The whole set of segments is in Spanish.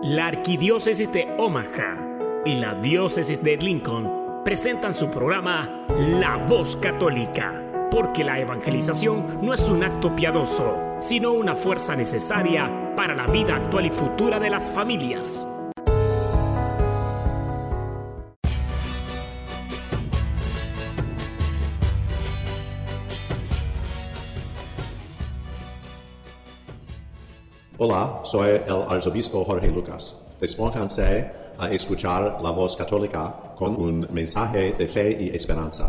La Arquidiócesis de Omaha y la Diócesis de Lincoln presentan su programa La Voz Católica, porque la evangelización no es un acto piadoso, sino una fuerza necesaria para la vida actual y futura de las familias. Hola, soy el arzobispo Jorge Lucas. Dispónganse a escuchar la Voz Católica con un mensaje de fe y esperanza.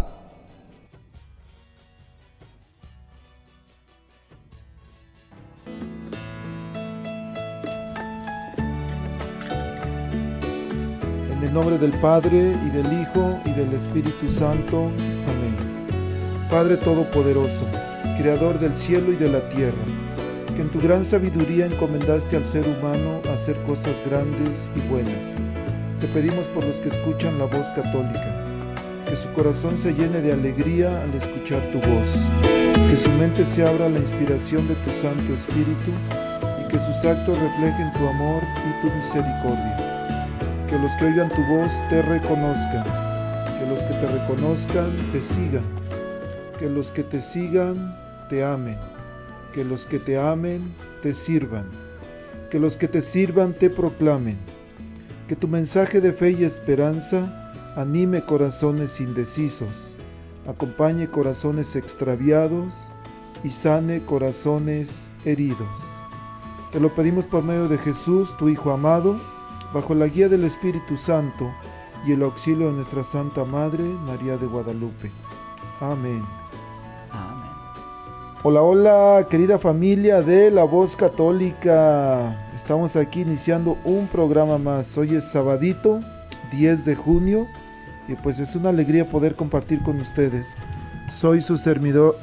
En el nombre del Padre, y del Hijo, y del Espíritu Santo. Amén. Padre Todopoderoso, Creador del cielo y de la tierra, que en tu gran sabiduría encomendaste al ser humano a hacer cosas grandes y buenas. Te pedimos por los que escuchan la Voz Católica, que su corazón se llene de alegría al escuchar tu voz, que su mente se abra a la inspiración de tu Santo Espíritu y que sus actos reflejen tu amor y tu misericordia. Que los que oigan tu voz te reconozcan, que los que te reconozcan te sigan, que los que te sigan te amen, que los que te amen te sirvan, que los que te sirvan te proclamen, que tu mensaje de fe y esperanza anime corazones indecisos, acompañe corazones extraviados y sane corazones heridos. Te lo pedimos por medio de Jesús, tu Hijo amado, bajo la guía del Espíritu Santo y el auxilio de nuestra Santa Madre, María de Guadalupe. Amén. Amén. Hola, hola, querida familia de La Voz Católica. Estamos aquí iniciando un programa más. Hoy es sabadito, 10 de junio, y pues es una alegría poder compartir con ustedes. Soy su servidor,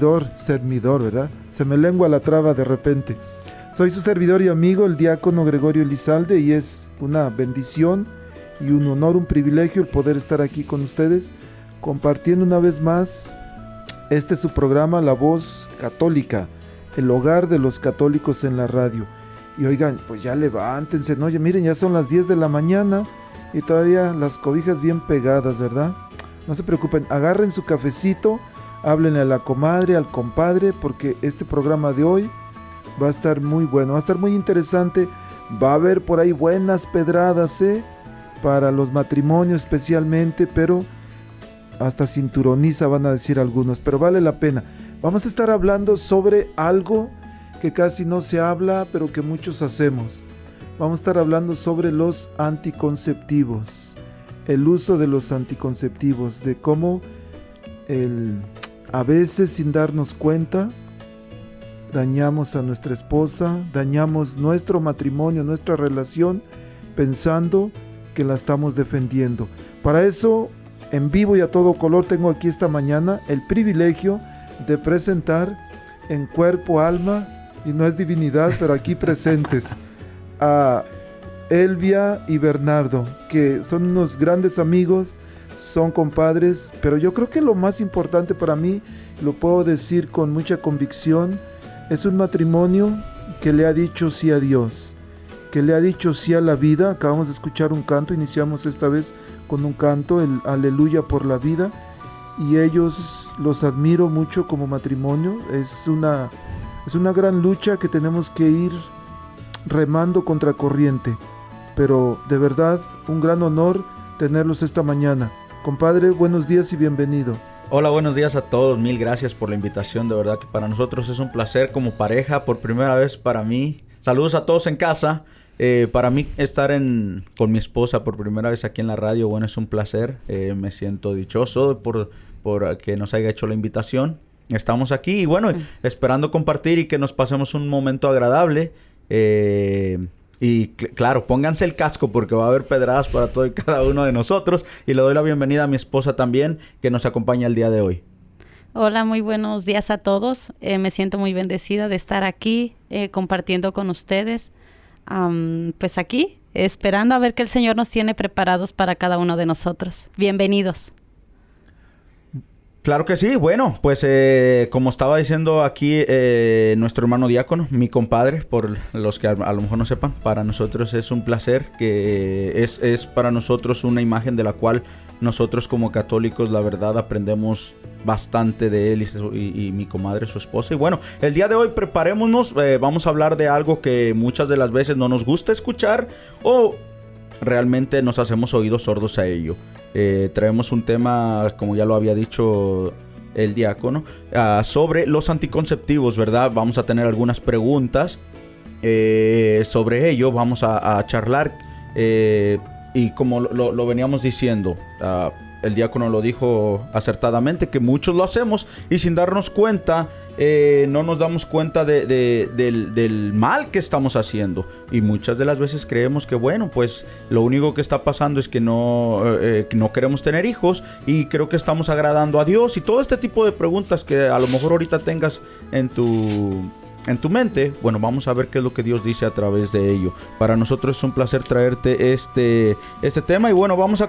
¿verdad? Se me lengua la traba de repente. Soy su servidor y amigo, el diácono Gregorio Elizalde, y es una bendición y un honor, un privilegio el poder estar aquí con ustedes, compartiendo una vez más. Este es su programa, La Voz Católica, el hogar de los católicos en la radio. Y oigan, pues ya levántense, ¿no? Oye, miren, ya son las 10 de la mañana y todavía las cobijas bien pegadas, ¿verdad? No se preocupen, agarren su cafecito, háblenle a la comadre, al compadre, porque este programa de hoy va a estar muy bueno, va a estar muy interesante. Va a haber por ahí buenas pedradas, para los matrimonios especialmente, pero hasta cinturoniza van a decir algunos, pero vale la pena. Vamos a estar hablando sobre algo que casi no se habla, pero que muchos hacemos. Vamos a estar hablando sobre los anticonceptivos, el uso de los anticonceptivos, de cómo a veces sin darnos cuenta dañamos a nuestra esposa, dañamos nuestro matrimonio, nuestra relación, pensando que la estamos defendiendo. Para eso, en vivo y a todo color, tengo aquí esta mañana el privilegio de presentar en cuerpo, alma, y no es divinidad, pero aquí presentes, a Elvia y Bernardo, que son unos grandes amigos, son compadres, pero yo creo que lo más importante para mí, lo puedo decir con mucha convicción, es un matrimonio que le ha dicho sí a Dios, que le ha dicho sí a la vida. Acabamos de escuchar un canto, iniciamos esta vez con un canto, el Aleluya por la vida, y ellos los admiro mucho como matrimonio. Es una gran lucha que tenemos que ir remando contra corriente, pero de verdad un gran honor tenerlos esta mañana. Compadre, buenos días y bienvenido. Hola, buenos días a todos, mil gracias por la invitación, de verdad que para nosotros es un placer como pareja, por primera vez para mí. Saludos a todos en casa. Para mí estar con mi esposa por primera vez aquí en la radio, bueno, es un placer. Me siento dichoso por que nos haya hecho la invitación. Estamos aquí y bueno, esperando compartir y que nos pasemos un momento agradable. Y claro, pónganse el casco porque va a haber pedradas para todo y cada uno de nosotros. Y le doy la bienvenida a mi esposa también, que nos acompaña el día de hoy. Hola, muy buenos días a todos. Me siento muy bendecida de estar aquí compartiendo con ustedes. Pues aquí, esperando a ver qué el Señor nos tiene preparados para cada uno de nosotros. Bienvenidos. Claro que sí. Bueno, pues como estaba diciendo aquí nuestro hermano diácono, mi compadre, por los que a lo mejor no sepan, para nosotros es un placer, que es para nosotros una imagen de la cual nosotros como católicos, la verdad, aprendemos bastante de él y mi comadre, su esposa. Y bueno, el día de hoy preparémonos, vamos a hablar de algo que muchas de las veces no nos gusta escuchar o realmente nos hacemos oídos sordos a ello. Traemos un tema, como ya lo había dicho el diácono, sobre los anticonceptivos, ¿verdad? Vamos a tener algunas preguntas sobre ello, vamos a charlar y como lo veníamos diciendo, el diácono lo dijo acertadamente, que muchos lo hacemos y sin darnos cuenta, no nos damos cuenta del mal que estamos haciendo. Y muchas de las veces creemos que, bueno, pues lo único que está pasando es que no queremos tener hijos y creo que estamos agradando a Dios. Y todo este tipo de preguntas que a lo mejor ahorita tengas en tu mente, bueno, vamos a ver qué es lo que Dios dice a través de ello. Para nosotros es un placer traerte este tema y bueno, vamos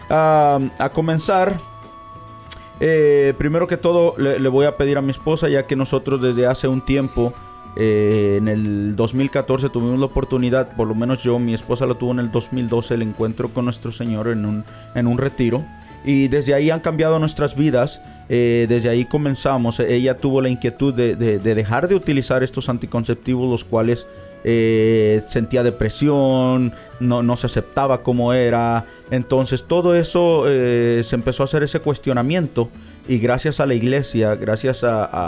a comenzar. Primero que todo le voy a pedir a mi esposa, ya que nosotros desde hace un tiempo, en el 2014 tuvimos la oportunidad, por lo menos yo, mi esposa lo tuvo en el 2012, el encuentro con nuestro Señor en un retiro. Y desde ahí han cambiado nuestras vidas, desde ahí comenzamos. Ella tuvo la inquietud de dejar de utilizar estos anticonceptivos, los cuales sentía depresión, no se aceptaba como era. Entonces todo eso se empezó a hacer ese cuestionamiento, y gracias a la iglesia, gracias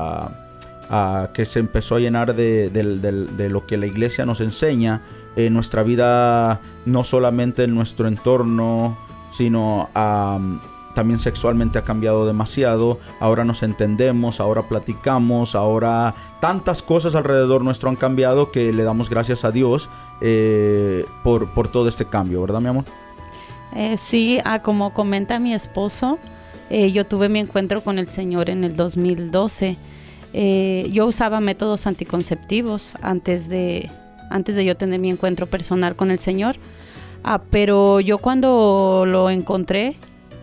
a que se empezó a llenar de lo que la iglesia nos enseña, nuestra vida, no solamente en nuestro entorno, sino también sexualmente ha cambiado demasiado. Ahora nos entendemos, ahora platicamos, ahora tantas cosas alrededor nuestro han cambiado que le damos gracias a Dios por todo este cambio, ¿verdad, mi amor? Sí, como comenta mi esposo, yo tuve mi encuentro con el Señor en el 2012. Yo usaba métodos anticonceptivos antes de yo tener mi encuentro personal con el Señor. Pero yo cuando lo encontré,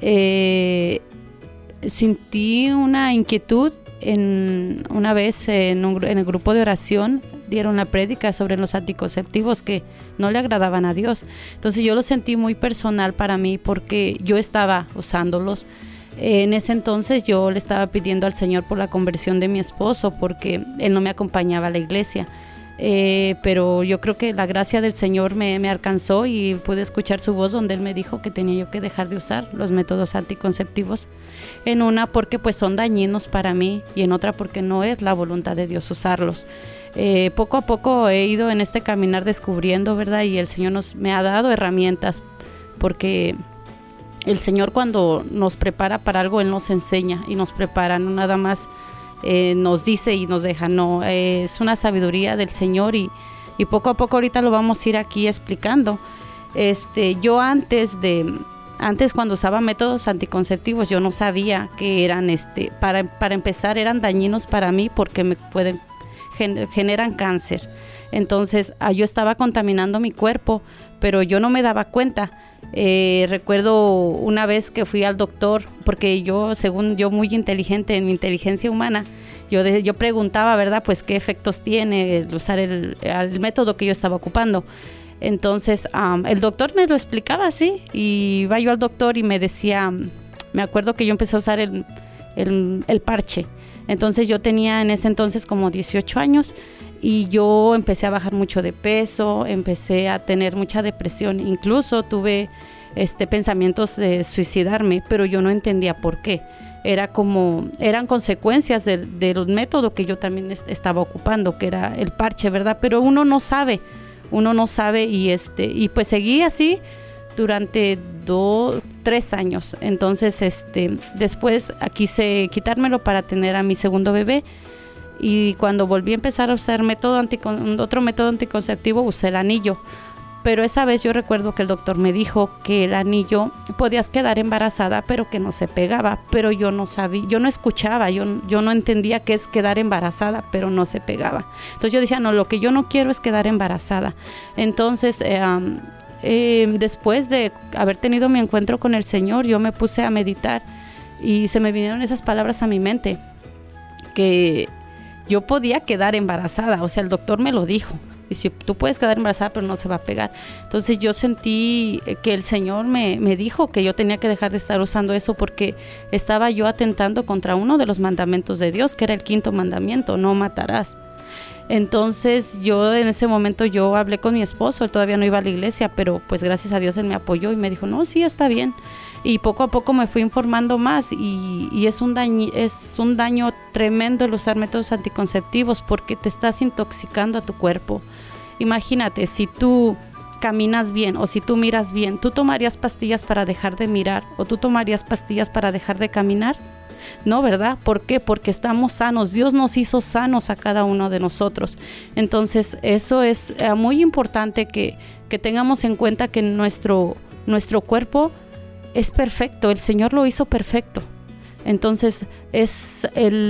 sentí una inquietud. Una vez en el grupo de oración dieron la prédica sobre los anticonceptivos que no le agradaban a Dios. Entonces yo lo sentí muy personal para mí porque yo estaba usándolos. En ese entonces yo le estaba pidiendo al Señor por la conversión de mi esposo porque él no me acompañaba a la iglesia. Pero yo creo que la gracia del Señor me alcanzó y pude escuchar su voz donde Él me dijo que tenía yo que dejar de usar los métodos anticonceptivos. En una porque pues son dañinos para mí y en otra porque no es la voluntad de Dios usarlos. Poco a poco he ido en este caminar descubriendo, ¿verdad? Y el Señor me ha dado herramientas, porque el Señor cuando nos prepara para algo, Él nos enseña y nos prepara, no nada más nos dice y nos deja, no, es una sabiduría del Señor y poco a poco ahorita lo vamos a ir aquí explicando. Yo antes cuando usaba métodos anticonceptivos yo no sabía que eran, para empezar eran dañinos para mí porque generan cáncer. Entonces yo estaba contaminando mi cuerpo, pero yo no me daba cuenta. Recuerdo una vez que fui al doctor, porque yo, según yo, muy inteligente en mi inteligencia humana, yo preguntaba, ¿verdad? Pues qué efectos tiene el usar el método que yo estaba ocupando. Entonces el doctor me lo explicaba así, y iba yo al doctor y me decía, me acuerdo que yo empecé a usar el parche. Entonces yo tenía en ese entonces como 18 años y yo empecé a bajar mucho de peso, empecé a tener mucha depresión, incluso tuve pensamientos de suicidarme, pero yo no entendía por qué. Eran consecuencias del método que yo también estaba ocupando, que era el parche, ¿verdad? Pero uno no sabe y pues seguí así durante 3 años. Entonces después quise quitármelo para tener a mi segundo bebé. Y cuando volví a empezar a usar otro método anticonceptivo, usé el anillo. Pero esa vez yo recuerdo que el doctor me dijo que el anillo podías quedar embarazada, pero que no se pegaba. Pero yo no sabía, yo no escuchaba, yo no entendía qué es quedar embarazada, pero no se pegaba. Entonces yo decía, no, lo que yo no quiero es quedar embarazada. Entonces, después de haber tenido mi encuentro con el Señor, yo me puse a meditar. y se me vinieron esas palabras a mi mente, que yo podía quedar embarazada. O sea, el doctor me lo dijo. Dice, tú puedes quedar embarazada, pero no se va a pegar. Entonces yo sentí que el Señor me dijo que yo tenía que dejar de estar usando eso, porque estaba yo atentando contra uno de los mandamientos de Dios, que era el 5º mandamiento: no matarás. Entonces yo en ese momento yo hablé con mi esposo. Él todavía no iba a la iglesia, pero pues gracias a Dios él me apoyó y me dijo, no, sí, está bien. Y poco a poco me fui informando más, y es un daño tremendo el usar métodos anticonceptivos, porque te estás intoxicando a tu cuerpo. Imagínate, si tú caminas bien o si tú miras bien, ¿tú tomarías pastillas para dejar de mirar o tú tomarías pastillas para dejar de caminar? No, ¿verdad? ¿Por qué? Porque estamos sanos. Dios nos hizo sanos a cada uno de nosotros. Entonces eso es muy importante que tengamos en cuenta que nuestro cuerpo es perfecto. El Señor lo hizo perfecto. Entonces es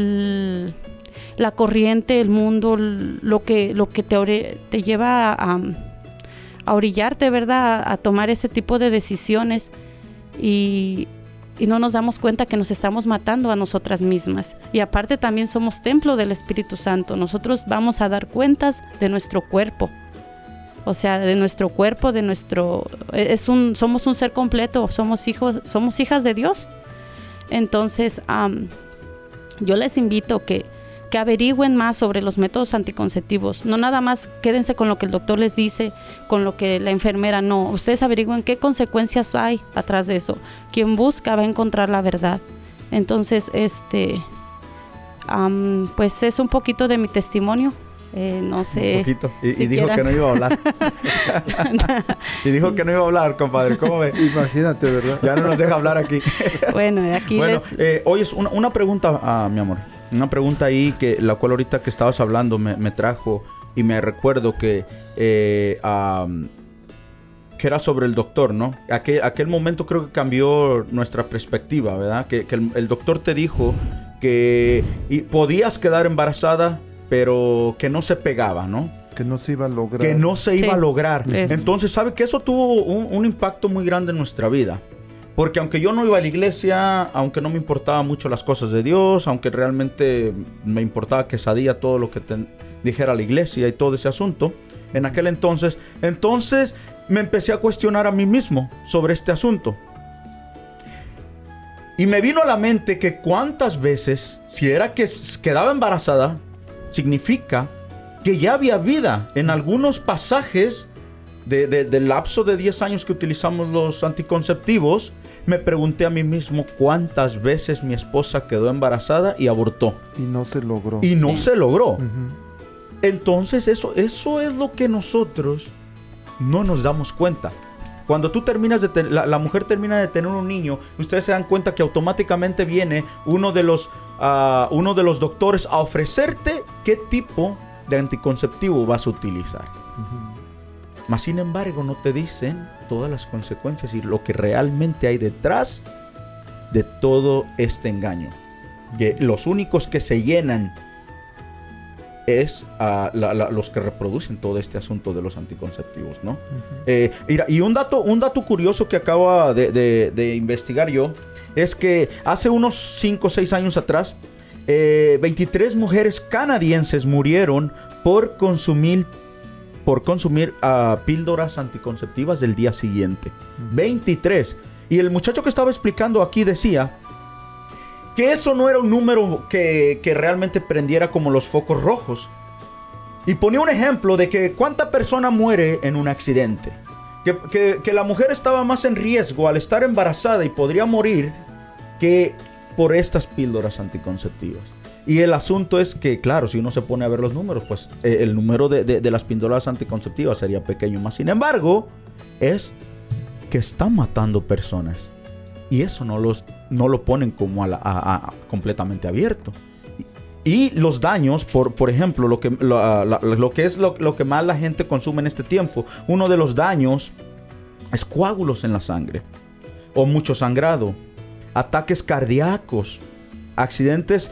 la corriente, el mundo, lo que te lleva a orillarte, ¿verdad? A tomar ese tipo de decisiones, y no nos damos cuenta que nos estamos matando a nosotras mismas. Y aparte también somos templo del Espíritu Santo. Nosotros vamos a dar cuentas de nuestro cuerpo. O sea, de nuestro cuerpo, somos un ser completo, somos hijas de Dios. Entonces, yo les invito que averigüen más sobre los métodos anticonceptivos. No nada más quédense con lo que el doctor les dice, con lo que la enfermera, no. Ustedes averigüen qué consecuencias hay atrás de eso. Quien busca va a encontrar la verdad. Entonces, pues es un poquito de mi testimonio. No sé. Un poquito. Y si dijo que no iba a hablar. Y dijo que no iba a hablar, compadre. ¿Cómo ve? Imagínate, ¿verdad? Ya no nos deja hablar aquí. Bueno, aquí oye, una pregunta, mi amor. Una pregunta ahí, la cual ahorita que estabas hablando me trajo, y me recuerdo que era sobre el doctor, ¿no? Aquel momento creo que cambió nuestra perspectiva, ¿verdad? Que el doctor te dijo que podías quedar embarazada, pero que no se pegaba, ¿no? Que no se iba a lograr. Que no se iba a lograr. Eso. Entonces, ¿sabe que eso tuvo un impacto muy grande en nuestra vida? Porque aunque yo no iba a la iglesia, aunque no me importaban mucho las cosas de Dios, aunque realmente me importaba quesadilla todo lo que dijera la iglesia y todo ese asunto, en aquel entonces me empecé a cuestionar a mí mismo sobre este asunto. Y me vino a la mente que cuántas veces, si era que quedaba embarazada, significa que ya había vida. En algunos pasajes del lapso de 10 años que utilizamos los anticonceptivos, me pregunté a mí mismo cuántas veces mi esposa quedó embarazada y abortó. Y no se logró. Y no se logró. Uh-huh. Entonces eso es lo que nosotros no nos damos cuenta. Cuando tú terminas la mujer termina de tener un niño, ustedes se dan cuenta que automáticamente viene uno de los doctores a ofrecerte qué tipo de anticonceptivo vas a utilizar. Uh-huh. Mas sin embargo no te dicen todas las consecuencias y lo que realmente hay detrás de todo este engaño. Que los únicos que se llenan es los que reproducen todo este asunto de los anticonceptivos, ¿no? Uh-huh. Mira, y un dato curioso que acabo de investigar yo es que hace unos 5 o 6 años atrás 23 mujeres canadienses murieron por consumir píldoras anticonceptivas del día siguiente. 23. Y el muchacho que estaba explicando aquí decía que eso no era un número que realmente prendiera como los focos rojos. Y ponía un ejemplo de que cuánta persona muere en un accidente. Que la mujer estaba más en riesgo al estar embarazada y podría morir que por estas píldoras anticonceptivas. Y el asunto es que, claro, si uno se pone a ver los números, pues el número de las píldoras anticonceptivas sería pequeño. Más sin embargo, es que están matando personas. Y eso no lo ponen como completamente abierto. Y los daños, por ejemplo, lo que más la gente consume en este tiempo, uno de los daños es coágulos en la sangre, o mucho sangrado, ataques cardíacos, accidentes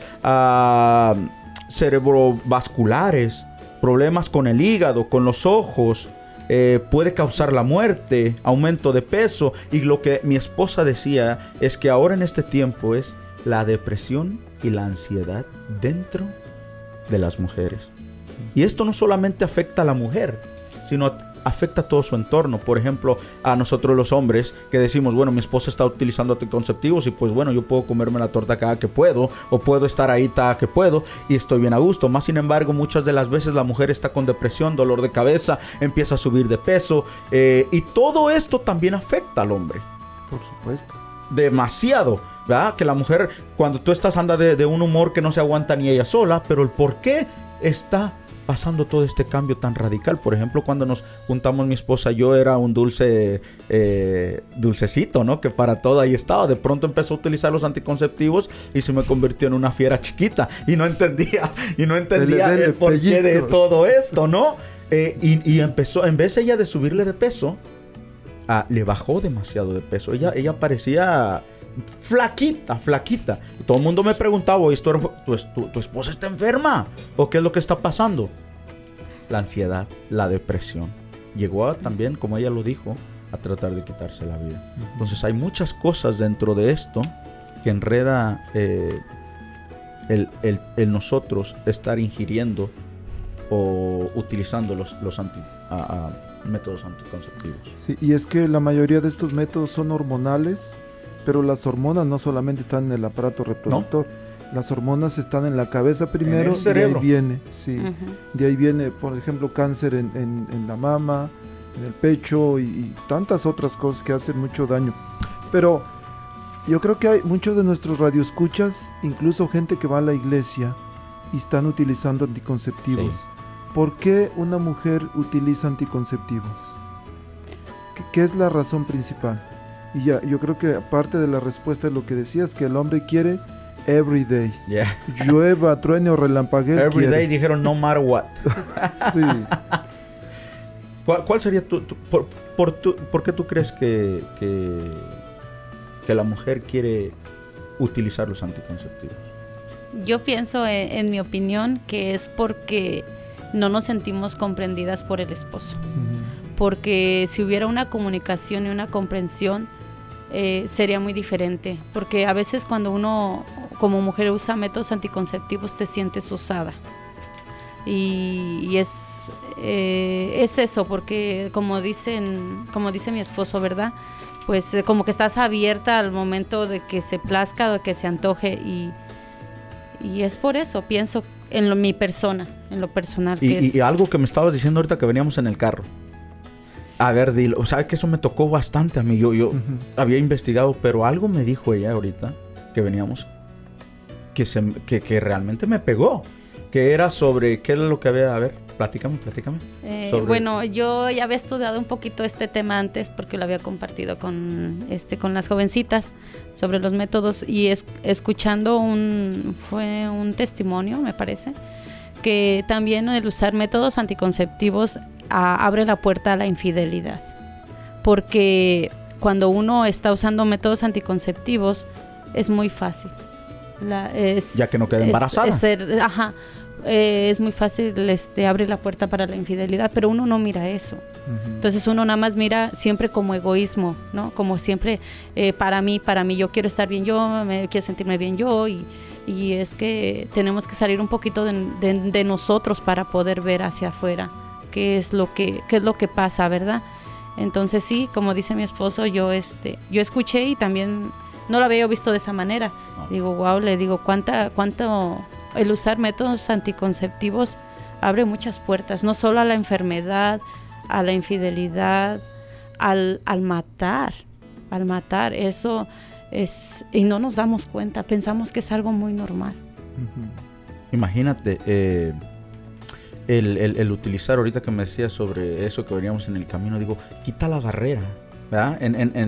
cerebrovasculares, problemas con el hígado, con los ojos, puede causar la muerte, aumento de peso. Y lo que mi esposa decía es que ahora en este tiempo es la depresión y la ansiedad dentro de las mujeres. Y esto no solamente afecta a la mujer, sino afecta a todo su entorno. Por ejemplo, a nosotros los hombres que decimos, bueno, mi esposa está utilizando anticonceptivos y pues bueno, yo puedo comerme la torta cada que puedo, o puedo estar ahí cada que puedo y estoy bien a gusto. Más sin embargo, muchas de las veces la mujer está con depresión, dolor de cabeza, empieza a subir de peso, y todo esto también afecta al hombre. Por supuesto. Demasiado, ¿verdad? Que la mujer, cuando tú estás, anda de un humor que no se aguanta ni ella sola, pero el por qué está pasando todo este cambio tan radical. Por ejemplo, cuando nos juntamos mi esposa y yo, era un dulcecito, ¿no? Que para todo ahí estaba. De pronto empezó a utilizar los anticonceptivos y se me convirtió en una fiera chiquita. Y no entendía el porqué de todo esto, ¿no? Y empezó, en vez ella de subirle de peso, le bajó demasiado de peso. Ella parecía flaquita. Todo el mundo me preguntaba, oye, ¿tu esposa está enferma? ¿O qué es lo que está pasando? La ansiedad, la depresión. Llegó también, como ella lo dijo, a tratar de quitarse la vida. Entonces hay muchas cosas dentro de esto que enreda el nosotros estar ingiriendo o utilizando los métodos anticonceptivos. Sí, y es que la mayoría de estos métodos son hormonales, pero las hormonas no solamente están en el aparato reproductor, ¿no? Las hormonas están en la cabeza primero, en el cerebro. Y de ahí viene, sí, de ahí viene, por ejemplo, cáncer en la mama, en el pecho y tantas otras cosas que hacen mucho daño. Pero yo creo que hay muchos de nuestros radioescuchas, incluso gente que va a la iglesia y están utilizando anticonceptivos. Sí. ¿Por qué una mujer utiliza anticonceptivos? ¿Qué es la razón principal? Y ya, yo creo que aparte de la respuesta de lo que decías, que el hombre quiere every day. Yeah. Llueva, truene o relampaguee. Every day dijeron no matter what. Sí. ¿Cuál sería por qué tú crees que la mujer quiere utilizar los anticonceptivos? Yo pienso, en mi opinión, que es porque no nos sentimos comprendidas por el esposo. Porque si hubiera una comunicación y una comprensión, sería muy diferente. Porque a veces cuando uno como mujer usa métodos anticonceptivos, te sientes usada. Y es eso, porque como dice mi esposo, ¿verdad? Pues como que estás abierta al momento de que se plazca o de que se antoje, y es por eso, pienso en mi persona, en lo personal. Y algo que me estabas diciendo ahorita que veníamos en el carro. A ver, dilo. ¿Sabes que eso me tocó bastante a mí? Yo había investigado, pero algo me dijo ella ahorita que veníamos que realmente me pegó. Que era sobre... ¿Qué es lo que había? A ver, platícame. Bueno, yo ya había estudiado un poquito este tema antes porque lo había compartido con las jovencitas sobre los métodos, y escuchando fue un testimonio, me parece, que también el usar métodos anticonceptivos abre la puerta a la infidelidad, porque cuando uno está usando métodos anticonceptivos es muy fácil. Ya que no queda embarazada. Es muy fácil, abre la puerta para la infidelidad, pero uno no mira eso. Entonces uno nada más mira siempre como egoísmo, ¿no? Como siempre, para mí, yo quiero estar bien yo, quiero sentirme bien yo, y es que tenemos que salir un poquito de nosotros para poder ver hacia afuera qué es lo que pasa, ¿verdad? Entonces sí, como dice mi esposo, yo escuché y también no lo había visto de esa manera. Digo, wow, le digo, cuánto el usar métodos anticonceptivos abre muchas puertas, no solo a la enfermedad, a la infidelidad, al matar, eso es, y no nos damos cuenta, pensamos que es algo muy normal. Imagínate, el utilizar, ahorita que me decías sobre eso que veníamos en el camino, digo, quita la barrera, ¿verdad?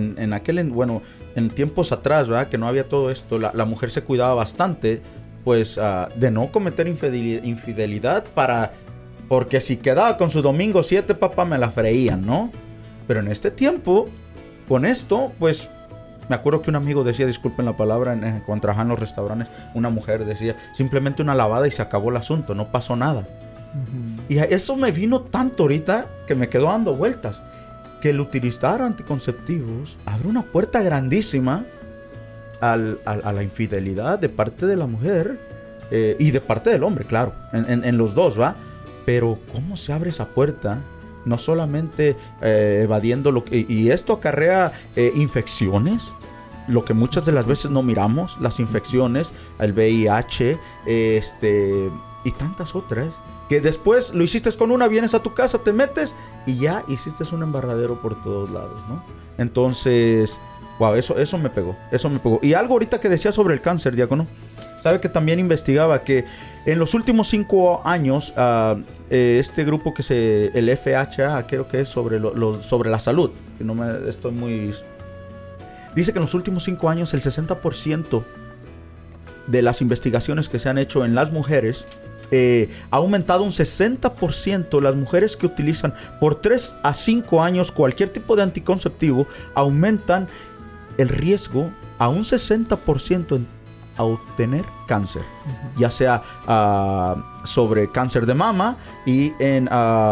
En tiempos atrás, ¿verdad? Que no había todo esto, la mujer se cuidaba bastante, pues, de no cometer infidelidad porque si quedaba con su domingo 7, papá, me la freían, ¿no? Pero en este tiempo, con esto, pues, me acuerdo que un amigo decía, disculpen la palabra, cuando trabajaba en los restaurantes, una mujer decía, simplemente una lavada y se acabó el asunto, no pasó nada. Y eso me vino tanto ahorita que me quedó dando vueltas, que el utilizar anticonceptivos abre una puerta grandísima a la infidelidad de parte de la mujer y de parte del hombre, claro, en los dos, ¿va? Pero ¿cómo se abre esa puerta? No solamente evadiendo lo que... Y esto acarrea infecciones, lo que muchas de las veces no miramos, las infecciones, el VIH, y tantas otras, que después lo hiciste con una, vienes a tu casa, te metes y ya hiciste un embarradero por todos lados, ¿no? Entonces, wow, eso me pegó. Y algo ahorita que decía sobre el cáncer, diácono, sabe que también investigaba que en los últimos 5 años, este grupo el FHA, creo que es sobre la salud, que no me estoy muy... Dice que en los últimos 5 años el 60% de las investigaciones que se han hecho en las mujeres ha aumentado un 60%. Las mujeres que utilizan por 3 a 5 años cualquier tipo de anticonceptivo aumentan el riesgo a un 60% a obtener cáncer, ya sea sobre cáncer de mama y en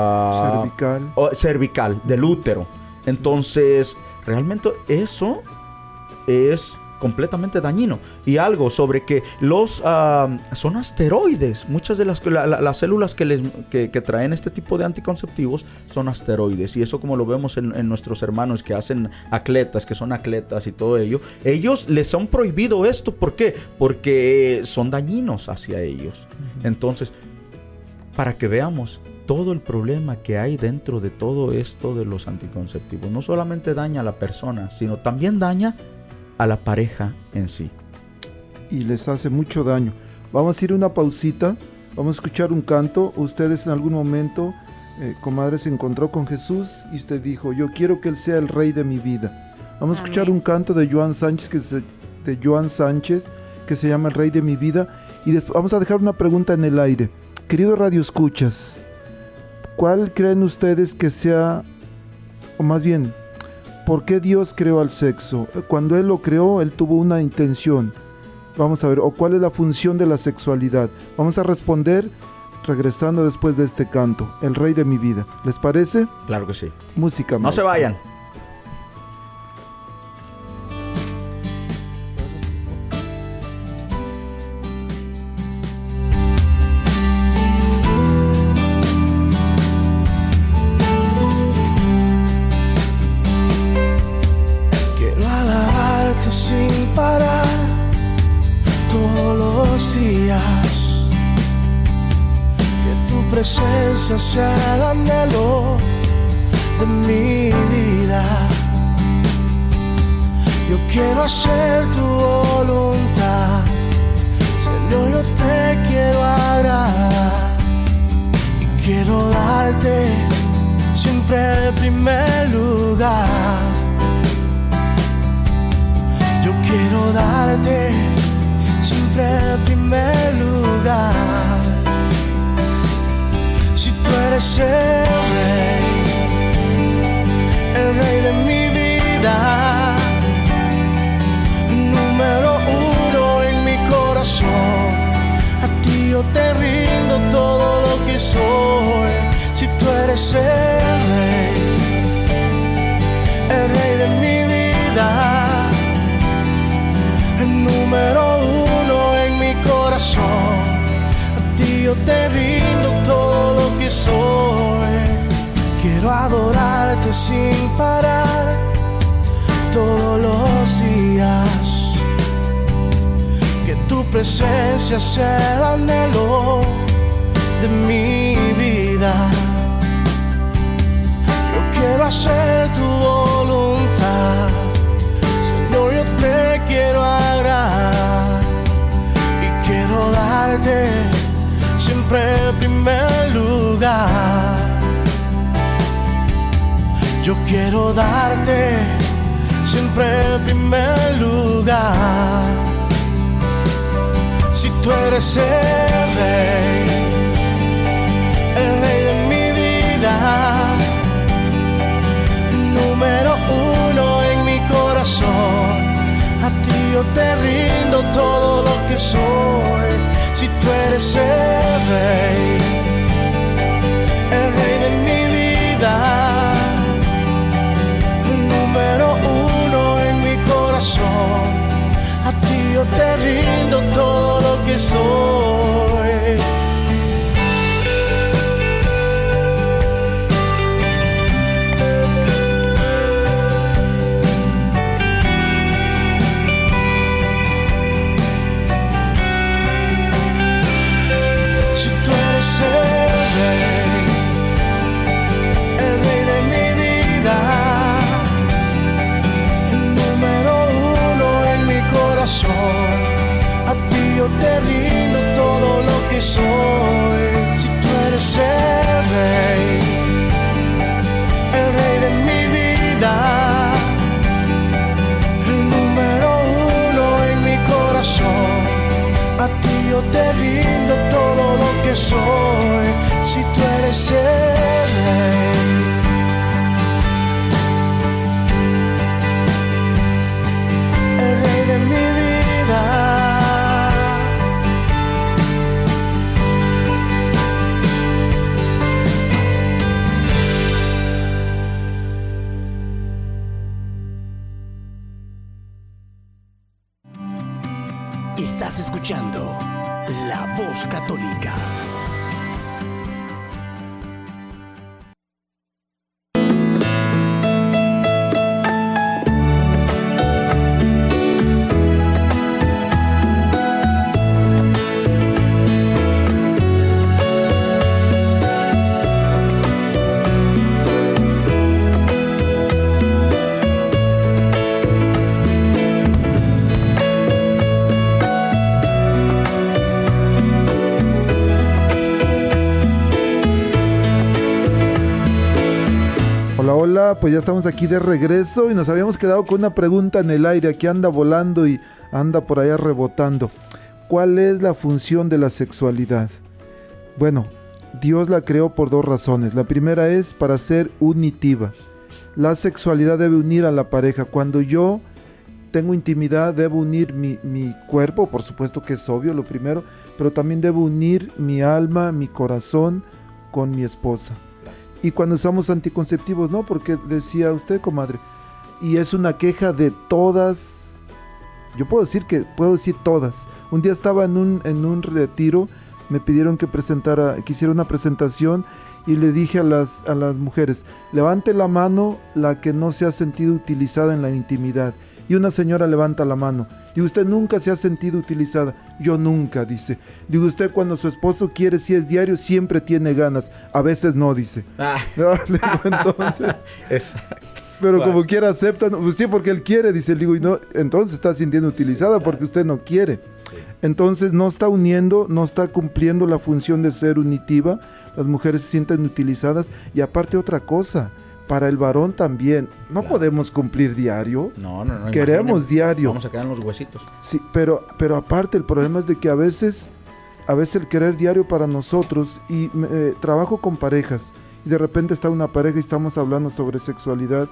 cervical del útero. Entonces, realmente eso es completamente dañino. Y algo sobre que son asteroides. Muchas de las células que traen este tipo de anticonceptivos son asteroides. Y eso, como lo vemos en nuestros hermanos que hacen que son atletas y todo ello, ellos les han prohibido esto. ¿Por qué? Porque son dañinos hacia ellos. Entonces, para que veamos todo el problema que hay dentro de todo esto de los anticonceptivos, no solamente daña a la persona, sino también daña a la pareja en sí. Y les hace mucho daño. Vamos a ir una pausita, vamos a escuchar un canto. Ustedes en algún momento, comadre, se encontró con Jesús y usted dijo, yo quiero que Él sea el Rey de mi vida. Vamos a escuchar un canto de Joan Sánchez, que se llama El Rey de mi vida. Y después vamos a dejar una pregunta en el aire. Querido Radio Escuchas, ¿cuál creen ustedes que sea, o más bien, ¿por qué Dios creó al sexo? Cuando Él lo creó, Él tuvo una intención. Vamos a ver, o cuál es la función de la sexualidad. Vamos a responder regresando después de este canto, El Rey de mi vida. ¿Les parece? Claro que sí. Música. No se vayan. Presencia sea el anhelo de mi vida. Yo quiero hacer tu voluntad, Señor, yo te quiero agradar y quiero darte siempre el primer lugar. Yo quiero darte siempre el primer lugar. Si tú eres el rey de mi vida, número 1 en mi corazón, a ti yo te rindo todo lo que soy. Si tú eres el rey de mi vida, el número 1 en mi corazón, yo te rindo todo lo que soy. Quiero adorarte sin parar todos los días. Que tu presencia sea el anhelo de mi vida. Yo quiero hacer tu voluntad, Señor, yo te quiero agradar y quiero darte siempre el primer lugar. Yo quiero darte siempre el primer lugar. Si tú eres el rey de mi vida, número 1 en mi corazón, a ti yo te rindo todo lo que soy. Si tú eres el rey de mi vida, número 1 en mi corazón, a Estás escuchando La Voz Católica. Hola, pues ya estamos aquí de regreso y nos habíamos quedado con una pregunta en el aire, aquí anda volando y anda por allá rebotando. ¿Cuál es la función de la sexualidad? Bueno, Dios la creó por dos razones. La primera es para ser unitiva. La sexualidad debe unir a la pareja. Cuando yo tengo intimidad, debo unir mi cuerpo, por supuesto que es obvio lo primero, pero también debo unir mi alma, mi corazón con mi esposa. Y cuando usamos anticonceptivos, no, porque decía usted, comadre, y es una queja de todas, yo puedo decir todas. Un día estaba en un retiro, me pidieron que hiciera una presentación y le dije a las mujeres, levante la mano la que no se ha sentido utilizada en la intimidad. Y una señora levanta la mano. Digo, ¿usted nunca se ha sentido utilizada? Yo nunca, dice. Digo, usted cuando su esposo quiere, si es diario, siempre tiene ganas. A veces no, dice. No, digo, entonces... Exacto. Pero como quiera aceptan. Pues sí, porque él quiere, dice. Digo, y no, entonces está sintiendo utilizada porque usted no quiere. Entonces no está uniendo, no está cumpliendo la función de ser unitiva. Las mujeres se sienten utilizadas. Y aparte otra cosa... Para el varón también. No podemos cumplir diario. No. Queremos diario. Vamos a quedar en los huesitos. Sí, pero aparte el problema es de que a veces el querer diario para nosotros, y trabajo con parejas, y de repente está una pareja y estamos hablando sobre sexualidad,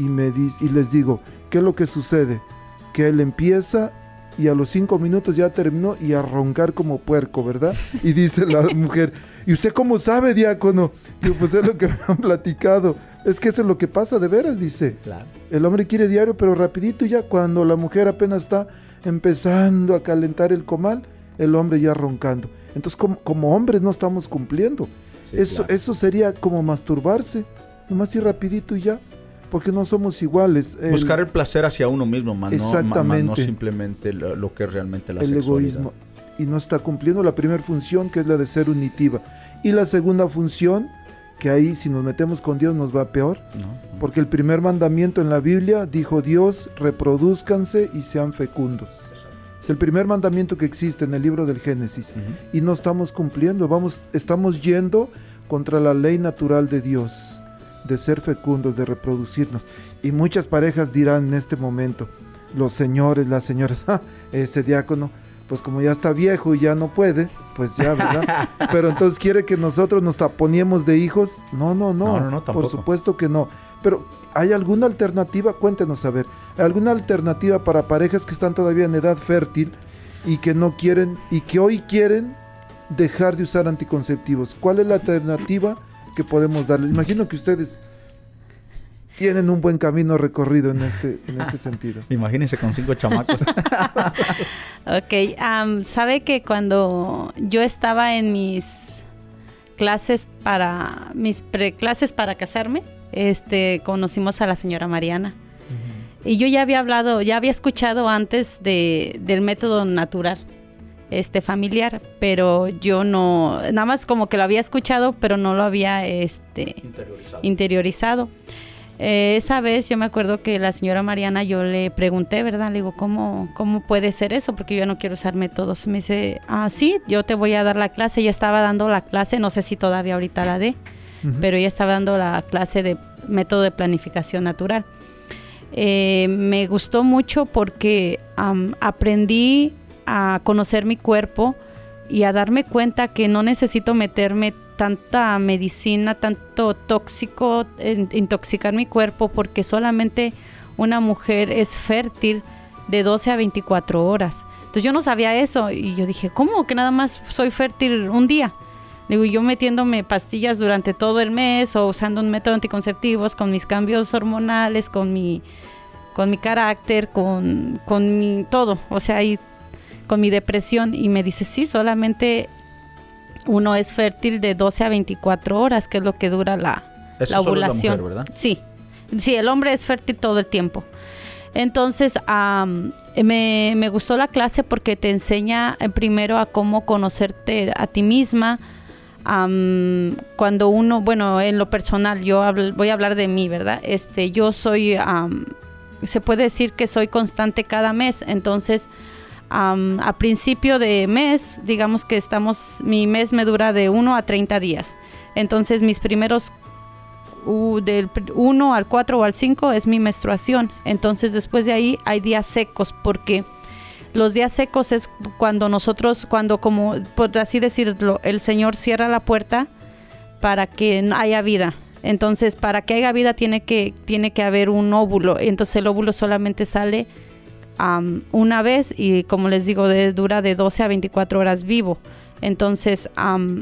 y les digo, ¿qué es lo que sucede? Que él empieza y a los 5 minutos ya terminó y a roncar como puerco, ¿verdad? Y dice la mujer, ¿y usted cómo sabe, diácono? Digo, pues es lo que me han platicado. Es que eso es lo que pasa de veras, dice. Claro. El hombre quiere diario, pero rapidito ya, cuando la mujer apenas está empezando a calentar el comal, el hombre ya roncando. Entonces, como hombres no estamos cumpliendo. Sí, eso sería como masturbarse, nomás ir rapidito y ya, porque no somos iguales. Buscar el placer hacia uno mismo, más exactamente. No simplemente lo que es realmente la sexualidad. El egoísmo. Y no está cumpliendo la primera función, que es la de ser unitiva. Y la segunda función, que ahí si nos metemos con Dios nos va peor, porque el primer mandamiento en la Biblia dijo Dios, reproduzcanse y sean fecundos. Es el primer mandamiento que existe en el libro del Génesis, y no estamos cumpliendo, estamos yendo contra la ley natural de Dios, de ser fecundos, de reproducirnos. Y muchas parejas dirán en este momento, los señores, las señoras, ese diácono, pues como ya está viejo y ya no puede, pues ya, ¿verdad? Pero entonces quiere que nosotros nos taponemos de hijos. No, por supuesto que no. Pero ¿hay alguna alternativa? Cuéntenos, a ver, ¿alguna alternativa para parejas que están todavía en edad fértil y que no quieren, y que hoy quieren dejar de usar anticonceptivos? ¿Cuál es la alternativa que podemos darles? Imagino que ustedes tienen un buen camino recorrido en este sentido. Imagínense con 5 chamacos. Ok, sabe que cuando yo estaba en mis preclases para casarme, conocimos a la señora Mariana. Y yo ya había escuchado antes del método natural, familiar, pero yo no, nada más como que lo había escuchado, pero no lo había interiorizado. Esa vez yo me acuerdo que la señora Mariana, yo le pregunté, ¿verdad? Le digo, ¿cómo puede ser eso? Porque yo no quiero usar métodos. Me dice, sí, yo te voy a dar la clase. Ella estaba dando la clase, no sé si todavía ahorita la dé, pero ella estaba dando la clase de método de planificación natural. Me gustó mucho porque aprendí a conocer mi cuerpo y a darme cuenta que no necesito meterme tanta medicina, tanto tóxico, intoxicar mi cuerpo, porque solamente una mujer es fértil de 12 a 24 horas. Entonces yo no sabía eso y yo dije, ¿cómo que nada más soy fértil un día? Digo, yo metiéndome pastillas durante todo el mes o usando un método anticonceptivos con mis cambios hormonales, con mi carácter, con mi todo. O sea, y con mi depresión, y me dice, sí, solamente uno es fértil de 12 a 24 horas, que es lo que dura la ovulación. Solo la mujer, ¿verdad? Sí, el hombre es fértil todo el tiempo. Entonces, me gustó la clase porque te enseña primero a cómo conocerte a ti misma. Cuando uno, bueno, en lo personal, voy a hablar de mí, ¿verdad? Yo soy, se puede decir que soy constante cada mes. Entonces, a principio de mes, digamos que mi mes me dura de 1 a 30 días. Entonces, mis primeros del 1 al 4 o al 5 es mi menstruación. Entonces después de ahí hay días secos, porque los días secos es cuando como por así decirlo, el Señor cierra la puerta para que haya vida. Entonces, para que haya vida tiene que haber un óvulo. Entonces el óvulo solamente sale una vez, y como les digo, dura de 12 a 24 horas vivo. Entonces,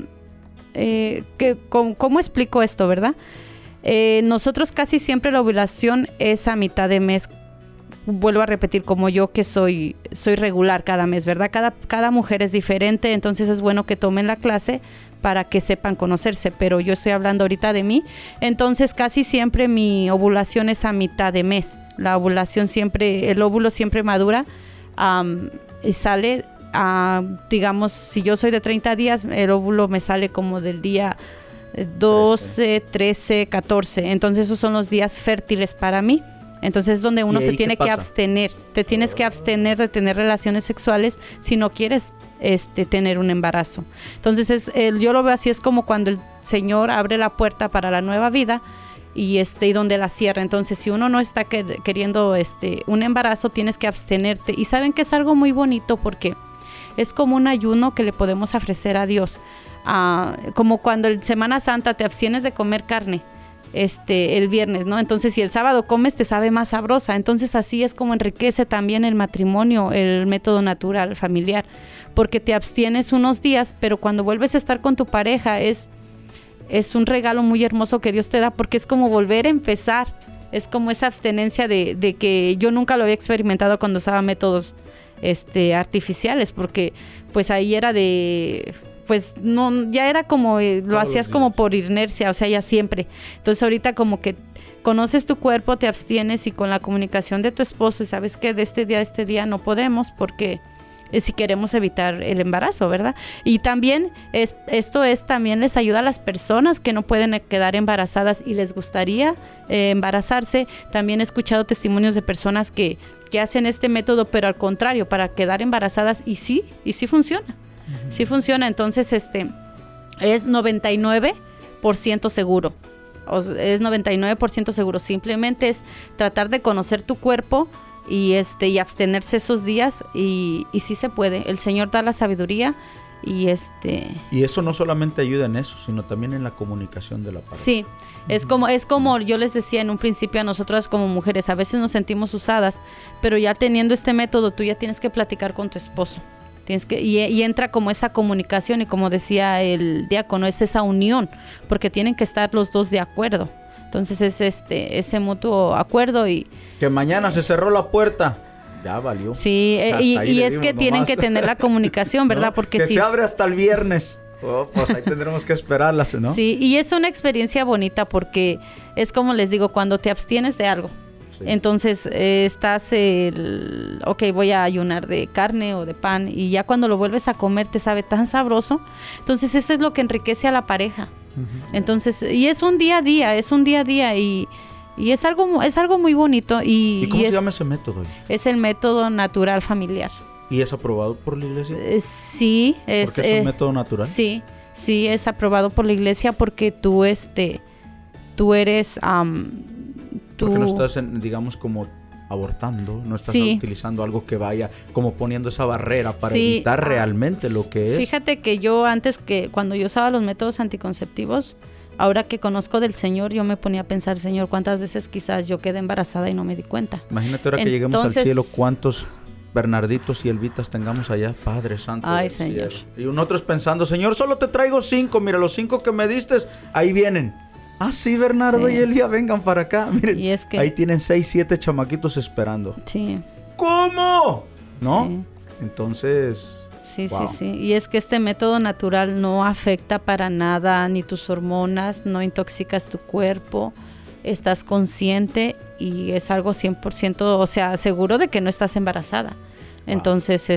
¿cómo explico esto, verdad? Nosotros casi siempre la ovulación es a mitad de mes. Vuelvo a repetir, como yo que soy regular cada mes, ¿verdad? Cada mujer es diferente, entonces es bueno que tomen la clase para que sepan conocerse, pero yo estoy hablando ahorita de mí. Entonces casi siempre mi ovulación es a mitad de mes. La ovulación siempre, el óvulo siempre madura y sale, digamos, si yo soy de 30 días, el óvulo me sale como del día 12, 13, 14. Entonces esos son los días fértiles para mí. Entonces es donde uno se tiene que abstener. Te tienes que abstener de tener relaciones sexuales si no quieres tener un embarazo. Entonces yo lo veo así, es como cuando el Señor abre la puerta para la nueva vida y donde la cierra. Entonces si uno no está queriendo un embarazo, tienes que abstenerte. Y saben que es algo muy bonito porque es como un ayuno que le podemos ofrecer a Dios. Como cuando en Semana Santa te abstienes de comer carne el viernes, ¿no? Entonces si el sábado comes, te sabe más sabrosa. Entonces así es como enriquece también el matrimonio, el método natural familiar, porque te abstienes unos días, pero cuando vuelves a estar con tu pareja es un regalo muy hermoso que Dios te da, porque es como volver a empezar. Es como esa abstenencia de que yo nunca lo había experimentado cuando usaba métodos artificiales, porque pues ahí era pues no, ya era como, lo hacías como por inercia, o sea, ya siempre. Entonces ahorita como que conoces tu cuerpo, te abstienes, y con la comunicación de tu esposo, y sabes que de este día no podemos, porque si queremos evitar el embarazo, ¿verdad? Y también también les ayuda a las personas que no pueden quedar embarazadas y les gustaría embarazarse. También he escuchado testimonios de personas que hacen este método, pero al contrario, para quedar embarazadas, y sí funciona. Sí funciona. Entonces es 99% seguro. Es 99% seguro. Simplemente es tratar de conocer tu cuerpo y abstenerse esos días, y sí se puede. El Señor da la sabiduría y Y eso no solamente ayuda en eso, sino también en la comunicación de la pareja. Sí, es como yo les decía en un principio, a nosotras como mujeres a veces nos sentimos usadas, pero ya teniendo este método tú ya tienes que platicar con tu esposo. Y entra como esa comunicación, y como decía el diácono, es esa unión, porque tienen que estar los dos de acuerdo. Entonces es ese mutuo acuerdo. Y que mañana se cerró la puerta, ya valió. Sí, y es que tienen que tener la comunicación, ¿verdad? ¿No? Porque se abre hasta el viernes. Pues ahí tendremos que esperarlas, ¿no? Sí, y es una experiencia bonita, porque es como les digo, cuando te abstienes de algo. Sí. Entonces estás voy a ayunar de carne o de pan, y ya cuando lo vuelves a comer te sabe tan sabroso. Entonces eso es lo que enriquece a la pareja. Uh-huh. Entonces, y es un día a día, y es algo muy bonito. ¿Y cómo se llama ese método? Es el método natural familiar. ¿Y es aprobado por la iglesia? Sí. ¿Porque es un método natural? Sí, es aprobado por la iglesia, porque tú eres... Porque no estás, digamos, como abortando, no estás utilizando algo que vaya como poniendo esa barrera para evitar realmente lo que es. Fíjate que yo antes, cuando yo usaba los métodos anticonceptivos, ahora que conozco del Señor, yo me ponía a pensar, Señor, ¿cuántas veces quizás yo quedé embarazada y no me di cuenta? Imagínate ahora que lleguemos al cielo, ¿cuántos Bernarditos y Elvitas tengamos allá? Padre Santo. Ay, Señor. Y nosotros pensando, Señor, solo te traigo 5, mira, los 5 que me diste, ahí vienen. Ah, sí, Bernardo y Elvia, vengan para acá. Miren, y es que ahí tienen 6, 7 chamaquitos esperando. Sí. ¿Cómo? ¿No? Sí. Entonces... Sí, wow. sí. Y es que este método natural no afecta para nada ni tus hormonas, no intoxicas tu cuerpo, estás consciente y es algo 100%, o sea, seguro de que no estás embarazada. Wow. Entonces,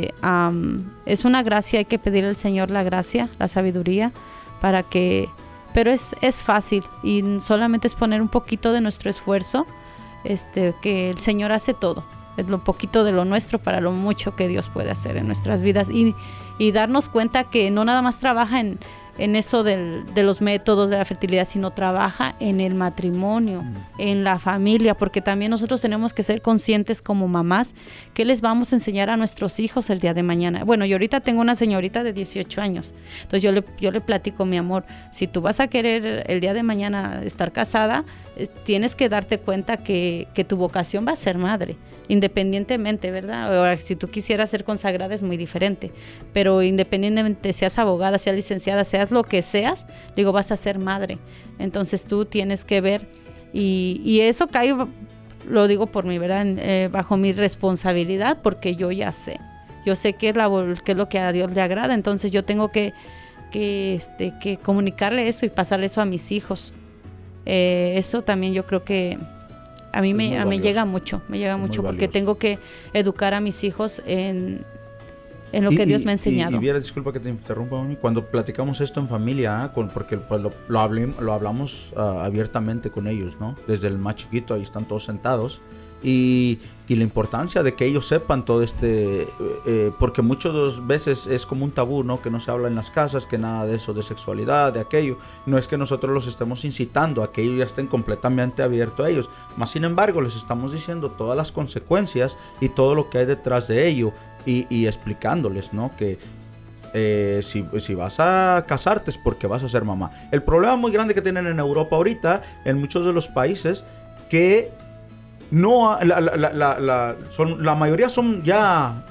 es una gracia, hay que pedirle al Señor la gracia, la sabiduría, para que... Pero es fácil y solamente es poner un poquito de nuestro esfuerzo, que el Señor hace todo. Es lo poquito de lo nuestro para lo mucho que Dios puede hacer en nuestras vidas y darnos cuenta que no nada más trabaja en eso de los métodos de la fertilidad, sino trabaja en el matrimonio, en la familia, porque también nosotros tenemos que ser conscientes como mamás que les vamos a enseñar a nuestros hijos el día de mañana. Bueno, yo ahorita tengo una señorita de 18 años, entonces yo le platico, mi amor, si tú vas a querer el día de mañana estar casada, tienes que darte cuenta que tu vocación va a ser madre, independientemente, ¿verdad? Ahora, si tú quisieras ser consagrada es muy diferente, pero independientemente seas abogada, seas licenciada, seas lo que seas, digo, vas a ser madre. Entonces tú tienes que ver, y eso cae, lo digo por mí, ¿verdad? Bajo mi responsabilidad, porque yo ya sé. Yo sé qué es lo que a Dios le agrada, entonces yo tengo que comunicarle eso y pasarle eso a mis hijos. Eso también yo creo que a mí me llega mucho, porque tengo que educar a mis hijos en lo que Dios me ha enseñado. Y Viera, disculpa que te interrumpa, mami. Cuando platicamos esto en familia, porque pues, lo hablamos abiertamente con ellos, ¿no? Desde el más chiquito, ahí están todos sentados. Y la importancia de que ellos sepan todo porque muchas veces es como un tabú, ¿no? Que no se habla en las casas, que nada de eso, de sexualidad, de aquello. No es que nosotros los estemos incitando a que ellos ya estén completamente abiertos a ellos. Más sin embargo, les estamos diciendo todas las consecuencias y todo lo que hay detrás de ello. Y explicándoles, ¿no? Que si vas a casarte es porque vas a ser mamá. El problema muy grande que tienen en Europa ahorita, en muchos de los países, que no la mayoría son ya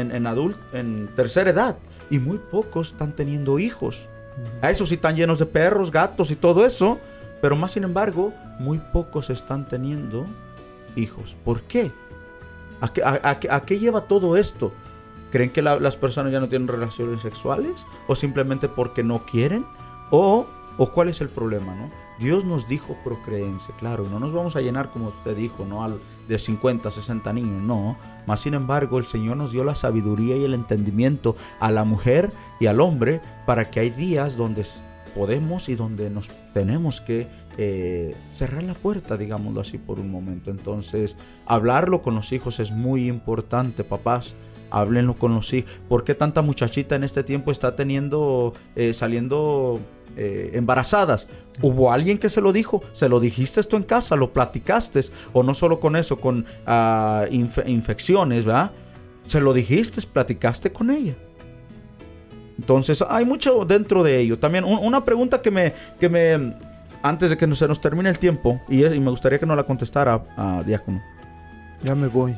en tercera edad y muy pocos están teniendo hijos. A eso sí están llenos de perros, gatos y todo eso, pero más sin embargo muy pocos están teniendo hijos. ¿Por qué? ¿A qué lleva todo esto? ¿Creen que las personas ya no tienen relaciones sexuales? ¿O simplemente porque no quieren? ¿O cuál es el problema, no? Dios nos dijo procréense, claro, no nos vamos a llenar como usted dijo, ¿no? De 50, 60 niños, no. Más sin embargo, el Señor nos dio la sabiduría y el entendimiento a la mujer y al hombre para que hay días donde podemos y donde nos tenemos que cerrar la puerta, digámoslo así, por un momento. Entonces, hablarlo con los hijos es muy importante, papás. Háblenlo con los hijos. ¿Por qué tanta muchachita en este tiempo está saliendo embarazadas? ¿Hubo alguien que se lo dijo? ¿Se lo dijiste esto en casa? ¿Lo platicaste? O no solo con eso, con infecciones, ¿verdad? ¿Se lo dijiste? ¿Platicaste con ella? Entonces, hay mucho dentro de ello. También una pregunta que me antes de que se nos termine el tiempo, y me gustaría que nos la contestara, diácono. Ya me voy.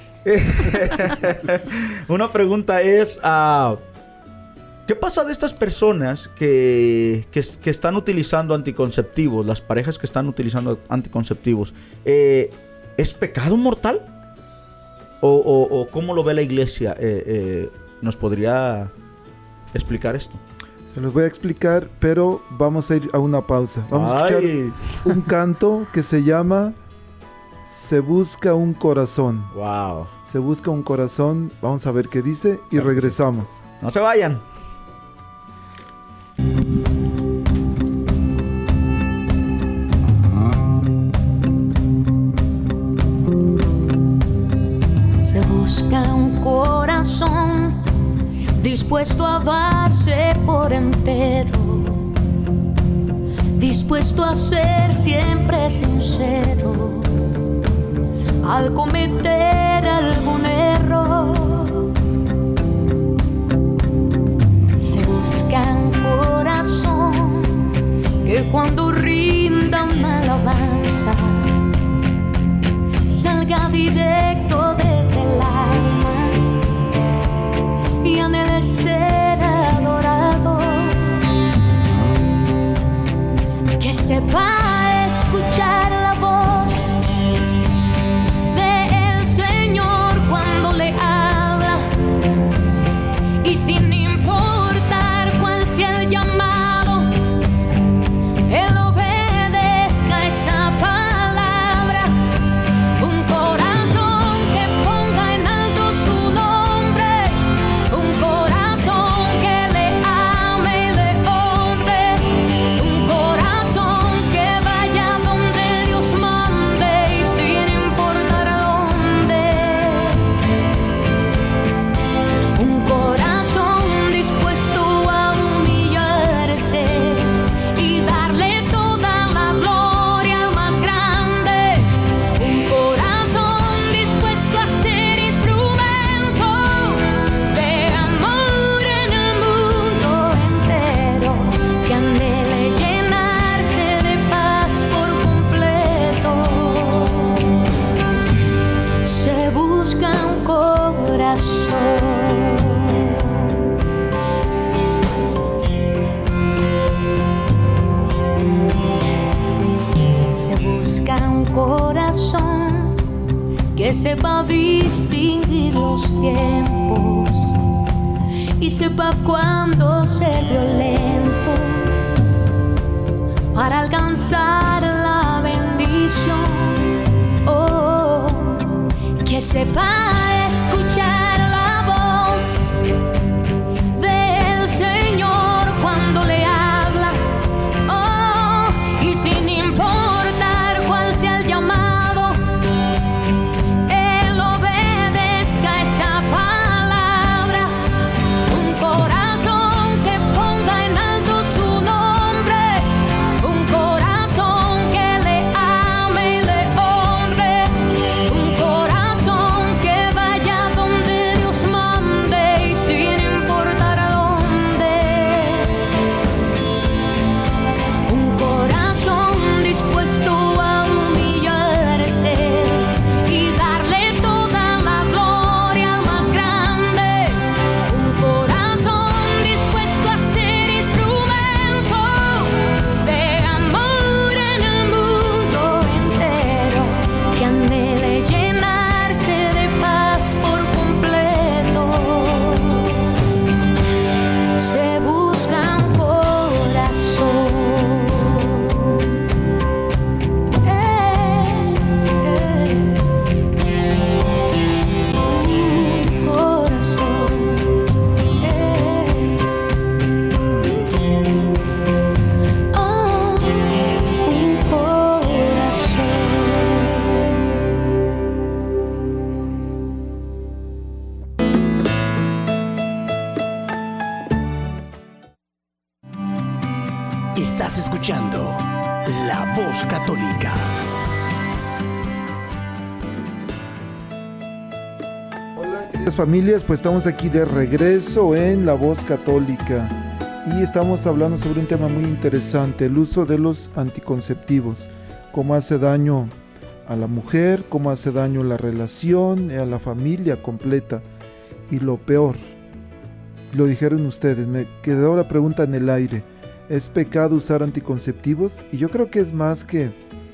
Una pregunta es, ¿qué pasa de estas personas que están utilizando anticonceptivos, las parejas que están utilizando anticonceptivos? ¿Es pecado mortal? ¿O cómo lo ve la iglesia? ¿Nos podría explicar esto? Se los voy a explicar, pero vamos a ir a una pausa. Vamos a escuchar un canto que se llama Se busca un corazón. Wow. Se busca un corazón. Vamos a ver qué dice y regresamos. No se vayan. Se busca un corazón dispuesto a darse por entero, dispuesto a ser siempre sincero al cometer algún error. Se busca un corazón que cuando rinda una alabanza salga directo desde el alma y anhele ser adorado, que sepa escuchar la voz del Señor cuando le habla corazón que sepa distinguir los tiempos y sepa cuándo ser violento para alcanzar la bendición. Oh, que sepa escuchar la voz del Señor cuando le habla. Oh, y sin importar cuál sea el llamado, él obedezca esa palabra. Un corazón que ponga en alto su nombre, un corazón que le ame y le honre, un corazón que vaya donde Dios mande y sin importar a dónde, un corazón dispuesto a humillarse y darle toda la gloria al más grande, un corazón dispuesto a ser instrumento de amor en el mundo entero, que anhele llenarse de paz por completo. Se busca un corazón, un corazón, oh, un corazón. Estás escuchando La Voz Católica. Hola, queridas familias, pues estamos aquí de regreso en La Voz Católica y estamos hablando sobre un tema muy interesante, el uso de los anticonceptivos, cómo hace daño a la mujer, cómo hace daño a la relación, a la familia completa. Y lo peor, lo dijeron ustedes, me quedó la pregunta en el aire, ¿es pecado usar anticonceptivos? Y yo creo que es más que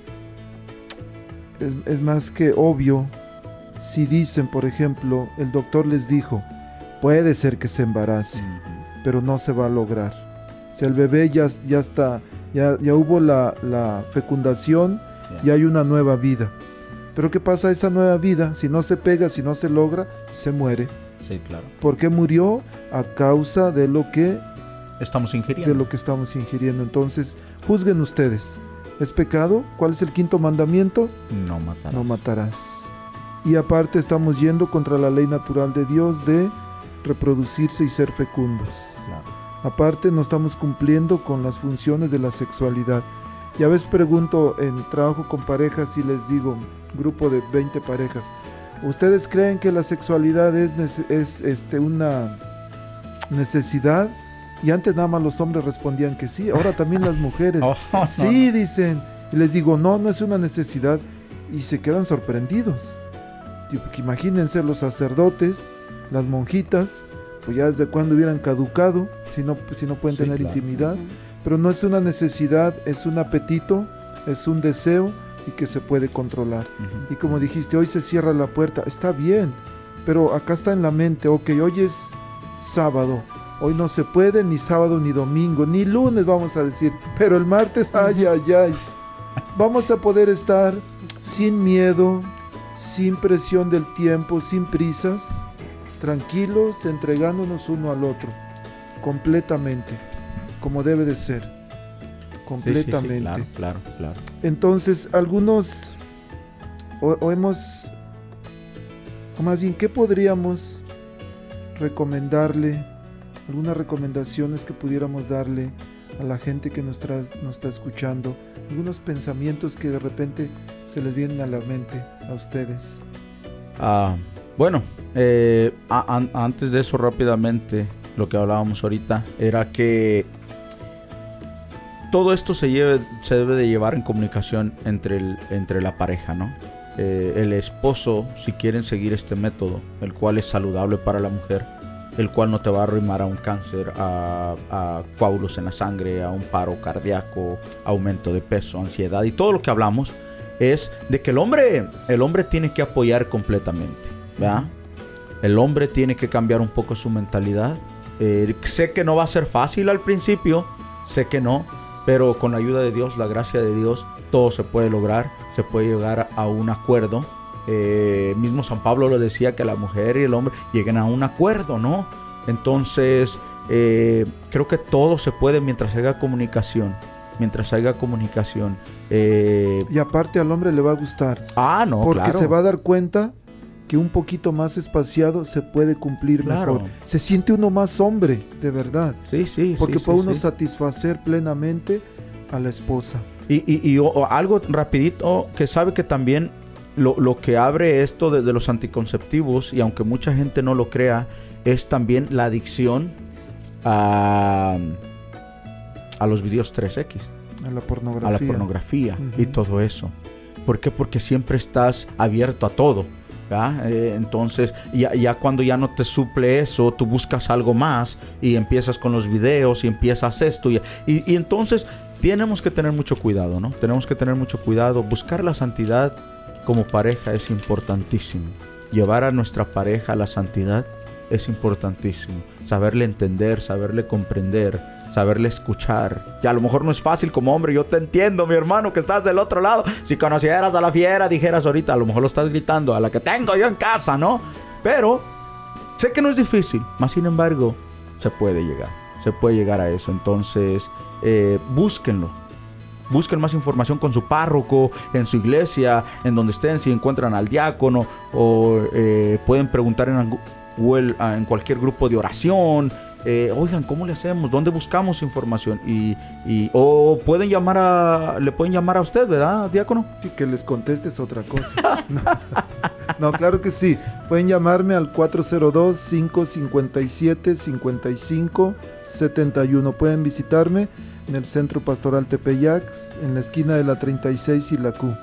obvio. Si dicen, por ejemplo, el doctor les dijo, puede ser que se embarace, pero no se va a lograr. Si el bebé ya está, ya hubo la fecundación, ya hay una nueva vida. Pero ¿qué pasa esa nueva vida? Si no se pega, si no se logra, se muere. Sí, claro. ¿Por qué murió? A causa de lo que Estamos ingiriendo. de lo que estamos ingiriendo. Entonces, juzguen ustedes. ¿Es pecado? ¿Cuál es el quinto mandamiento? No matarás. No matarás. Y aparte estamos yendo contra la ley natural de Dios de reproducirse y ser fecundos. Claro. Aparte no estamos cumpliendo con las funciones de la sexualidad. Y a veces pregunto en trabajo con parejas y les digo, grupo de 20 parejas, ¿ustedes creen que la sexualidad es una necesidad? Y antes nada más los hombres respondían que sí, ahora también las mujeres. Sí, dicen. Y les digo, no es una necesidad. Y se quedan sorprendidos. Porque imagínense los sacerdotes, las monjitas, pues ya desde cuándo hubieran caducado, si no pueden Sí, tener claro. intimidad. Pero no es una necesidad, es un apetito, es un deseo y que se puede controlar. Ujú. Y como dijiste, hoy se cierra la puerta, está bien, pero acá está en la mente, ok, hoy es sábado, hoy no se puede ni sábado ni domingo, ni lunes vamos a decir, pero el martes, ay, vamos a poder estar sin miedo, sin presión del tiempo, sin prisas, tranquilos, entregándonos uno al otro, completamente, como debe de ser, completamente. Sí, claro. Entonces, algunos, o más bien, ¿qué podríamos recomendarle? Algunas recomendaciones que pudiéramos darle a la gente que nos está escuchando, algunos pensamientos que de repente se les vienen a la mente a ustedes. Bueno, antes de eso rápidamente, lo que hablábamos ahorita era que todo esto se debe de llevar en comunicación entre la pareja, ¿no? El esposo, si quieren seguir este método, el cual es saludable para la mujer, el cual no te va a arrimar a un cáncer, a coágulos en la sangre, a un paro cardíaco, aumento de peso, ansiedad y todo lo que hablamos, es de que el hombre tiene que apoyar completamente, ¿verdad? El hombre tiene que cambiar un poco su mentalidad. Sé que no va a ser fácil al principio, sé que no, pero con la ayuda de Dios, la gracia de Dios, todo se puede lograr, se puede llegar a un acuerdo. Mismo San Pablo lo decía, que la mujer y el hombre lleguen a un acuerdo, ¿no? Entonces, creo que todo se puede mientras haya comunicación. Y aparte al hombre le va a gustar. No, porque claro. se va a dar cuenta que un poquito más espaciado se puede cumplir mejor. Se siente uno más hombre, de verdad. Sí. Porque puede uno satisfacer plenamente a la esposa. Y algo rapidito, que sabe que también lo que abre esto de los anticonceptivos, y aunque mucha gente no lo crea, es también la adicción a los videos 3X. A la pornografía. Y todo eso. ¿Por qué? Porque siempre estás abierto a todo. Entonces, ya cuando ya no te suple eso, tú buscas algo más y empiezas con los videos y empiezas esto. Y entonces tenemos que tener mucho cuidado, ¿no? Tenemos que tener mucho cuidado. Buscar la santidad como pareja es importantísimo. Llevar a nuestra pareja a la santidad es importantísimo. Saberle entender, saberle comprender, saberle escuchar. Y a lo mejor no es fácil como hombre, yo te entiendo, mi hermano, que estás del otro lado. Si conocieras a la fiera, dijeras ahorita, a lo mejor lo estás gritando, a la que tengo yo en casa, ¿no? Pero sé que no es difícil, más sin embargo, se puede llegar a eso. Entonces, búsquenlo. Busquen más información con su párroco, en su iglesia, en donde estén, si encuentran al diácono, o pueden preguntar en cualquier grupo de oración. Oigan, ¿cómo le hacemos? ¿Dónde buscamos información? O le pueden llamar a usted, ¿verdad, diácono? Sí, que les conteste es otra cosa. No, claro que sí. Pueden llamarme al 402-557-5571. Pueden visitarme en el Centro Pastoral Tepeyac, en la esquina de la 36 y la Q.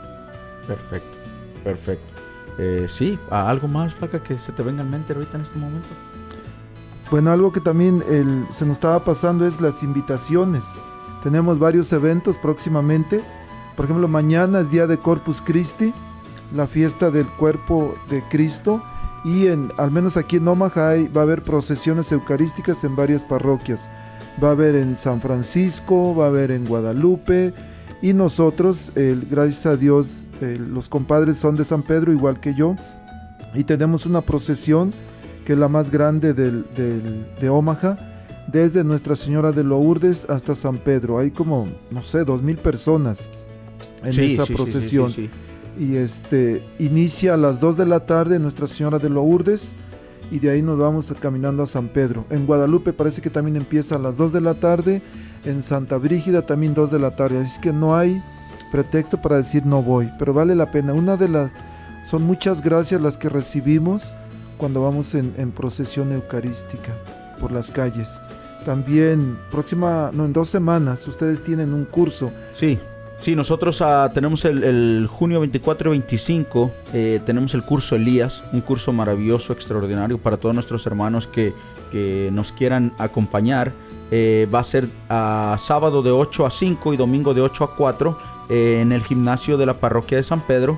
Perfecto. Sí, ¿algo más, Flaca, que se te venga en mente ahorita en este momento? Bueno, algo que también se nos estaba pasando es las invitaciones. Tenemos varios eventos próximamente. Por ejemplo, mañana es día de Corpus Christi, la fiesta del cuerpo de Cristo. Y al menos aquí en Omaha va a haber procesiones eucarísticas en varias parroquias. Va a haber en San Francisco, va a haber en Guadalupe. Y nosotros, gracias a Dios, los compadres son de San Pedro, igual que yo. Y tenemos una procesión que es la más grande de Omaha, desde Nuestra Señora de Lourdes hasta San Pedro. Hay como, 2,000 personas en esa procesión. Sí. Y inicia a las 2 de la tarde Nuestra Señora de Lourdes, y de ahí nos vamos caminando a San Pedro. En Guadalupe parece que también empieza a las 2 de la tarde, en Santa Brígida también 2 de la tarde, así que no hay pretexto para decir no voy, pero vale la pena. Son muchas gracias las que recibimos cuando vamos en procesión eucarística por las calles. También en 2 semanas ustedes tienen un curso. Sí, nosotros tenemos el junio 24 y 25, tenemos el curso Elías, un curso maravilloso, extraordinario para todos nuestros hermanos que nos quieran acompañar. Va a ser sábado de 8 a 5 y domingo de 8 a 4 en el gimnasio de la parroquia de San Pedro.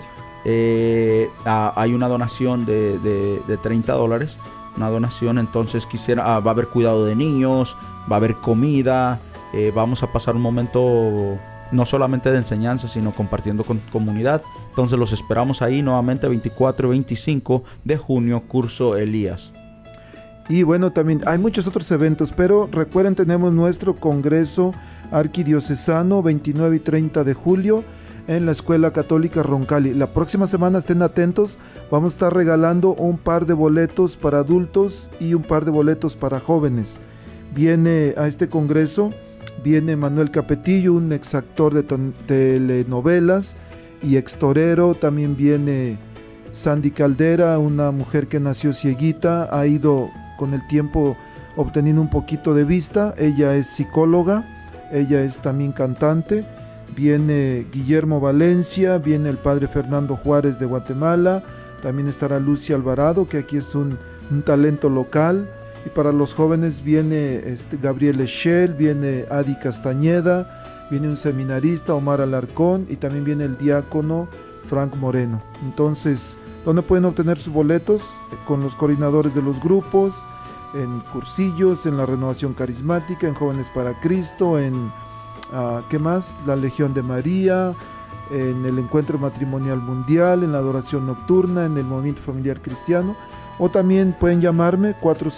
Hay una donación de $30, una donación. Entonces va a haber cuidado de niños, va a haber comida, vamos a pasar un momento no solamente de enseñanza, sino compartiendo con comunidad. Entonces los esperamos ahí nuevamente 24 y 25 de junio, curso Elías. Y bueno, también hay muchos otros eventos, pero recuerden, tenemos nuestro congreso arquidiocesano 29 y 30 de julio en la Escuela Católica Roncalli. La próxima semana, estén atentos, vamos a estar regalando un par de boletos para adultos y un par de boletos para jóvenes. Viene a este congreso, viene Manuel Capetillo, un exactor de telenovelas y extorero. También viene Sandy Caldera, una mujer que nació cieguita, ha ido con el tiempo obteniendo un poquito de vista. Ella es psicóloga, ella es también cantante. Viene Guillermo Valencia, viene el padre Fernando Juárez de Guatemala, también estará Lucy Alvarado, que aquí es un talento local. Y para los jóvenes viene Gabriel Echel, viene Adi Castañeda, viene un seminarista, Omar Alarcón, y también viene el diácono Frank Moreno. Entonces, ¿dónde pueden obtener sus boletos? Con los coordinadores de los grupos, en cursillos, en la Renovación Carismática, en Jóvenes para Cristo, en ¿qué más? La Legión de María, en el Encuentro Matrimonial Mundial, en la Adoración Nocturna, en el Movimiento Familiar Cristiano, o también pueden llamarme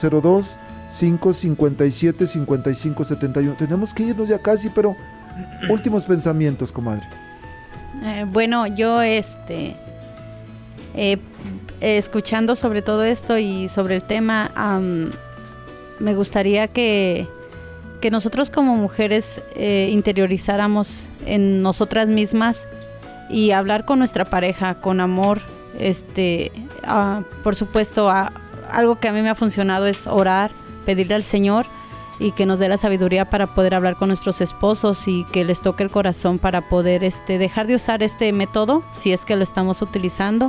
402-557-5571. Tenemos que irnos ya casi, pero últimos pensamientos, comadre. Bueno, yo escuchando sobre todo esto y sobre el tema, me gustaría que nosotros como mujeres interiorizáramos en nosotras mismas y hablar con nuestra pareja con amor. Por supuesto, algo que a mí me ha funcionado es orar, pedirle al Señor y que nos dé la sabiduría para poder hablar con nuestros esposos y que les toque el corazón para poder dejar de usar este método si es que lo estamos utilizando.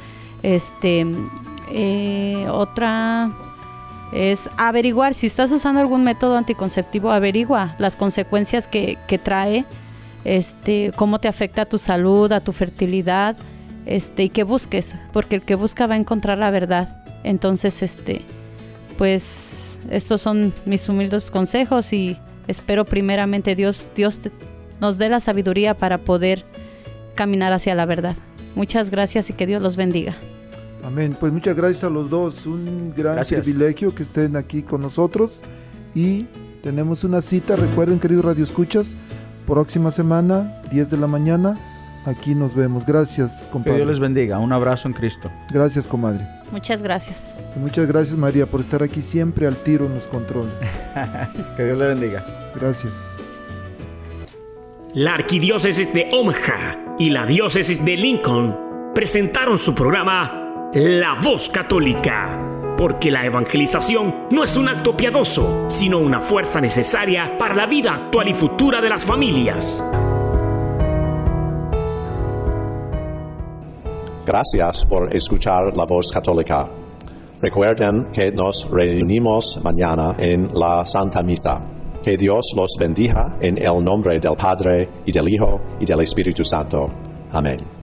Otra es averiguar si estás usando algún método anticonceptivo. Averigua las consecuencias que trae, cómo te afecta a tu salud, a tu fertilidad, y que busques, porque el que busca va a encontrar la verdad. Entonces, pues estos son mis humildes consejos y espero primeramente Dios nos dé la sabiduría para poder caminar hacia la verdad. Muchas gracias y que Dios los bendiga. Amén. Pues muchas gracias a los dos. Un gran privilegio que estén aquí con nosotros. Y tenemos una cita. Recuerden, queridos radioescuchas, próxima semana, 10 de la mañana. Aquí nos vemos. Gracias, compadre. Que Dios les bendiga. Un abrazo en Cristo. Gracias, comadre. Muchas gracias. Y muchas gracias, María, por estar aquí siempre al tiro en los controles. Que Dios le bendiga. Gracias. La Arquidiócesis de Omaha y la Diócesis de Lincoln presentaron su programa La Voz Católica, porque la evangelización no es un acto piadoso, sino una fuerza necesaria para la vida actual y futura de las familias. Gracias por escuchar La Voz Católica. Recuerden que nos reunimos mañana en la Santa Misa. Que Dios los bendiga en el nombre del Padre, y del Hijo, y del Espíritu Santo. Amén.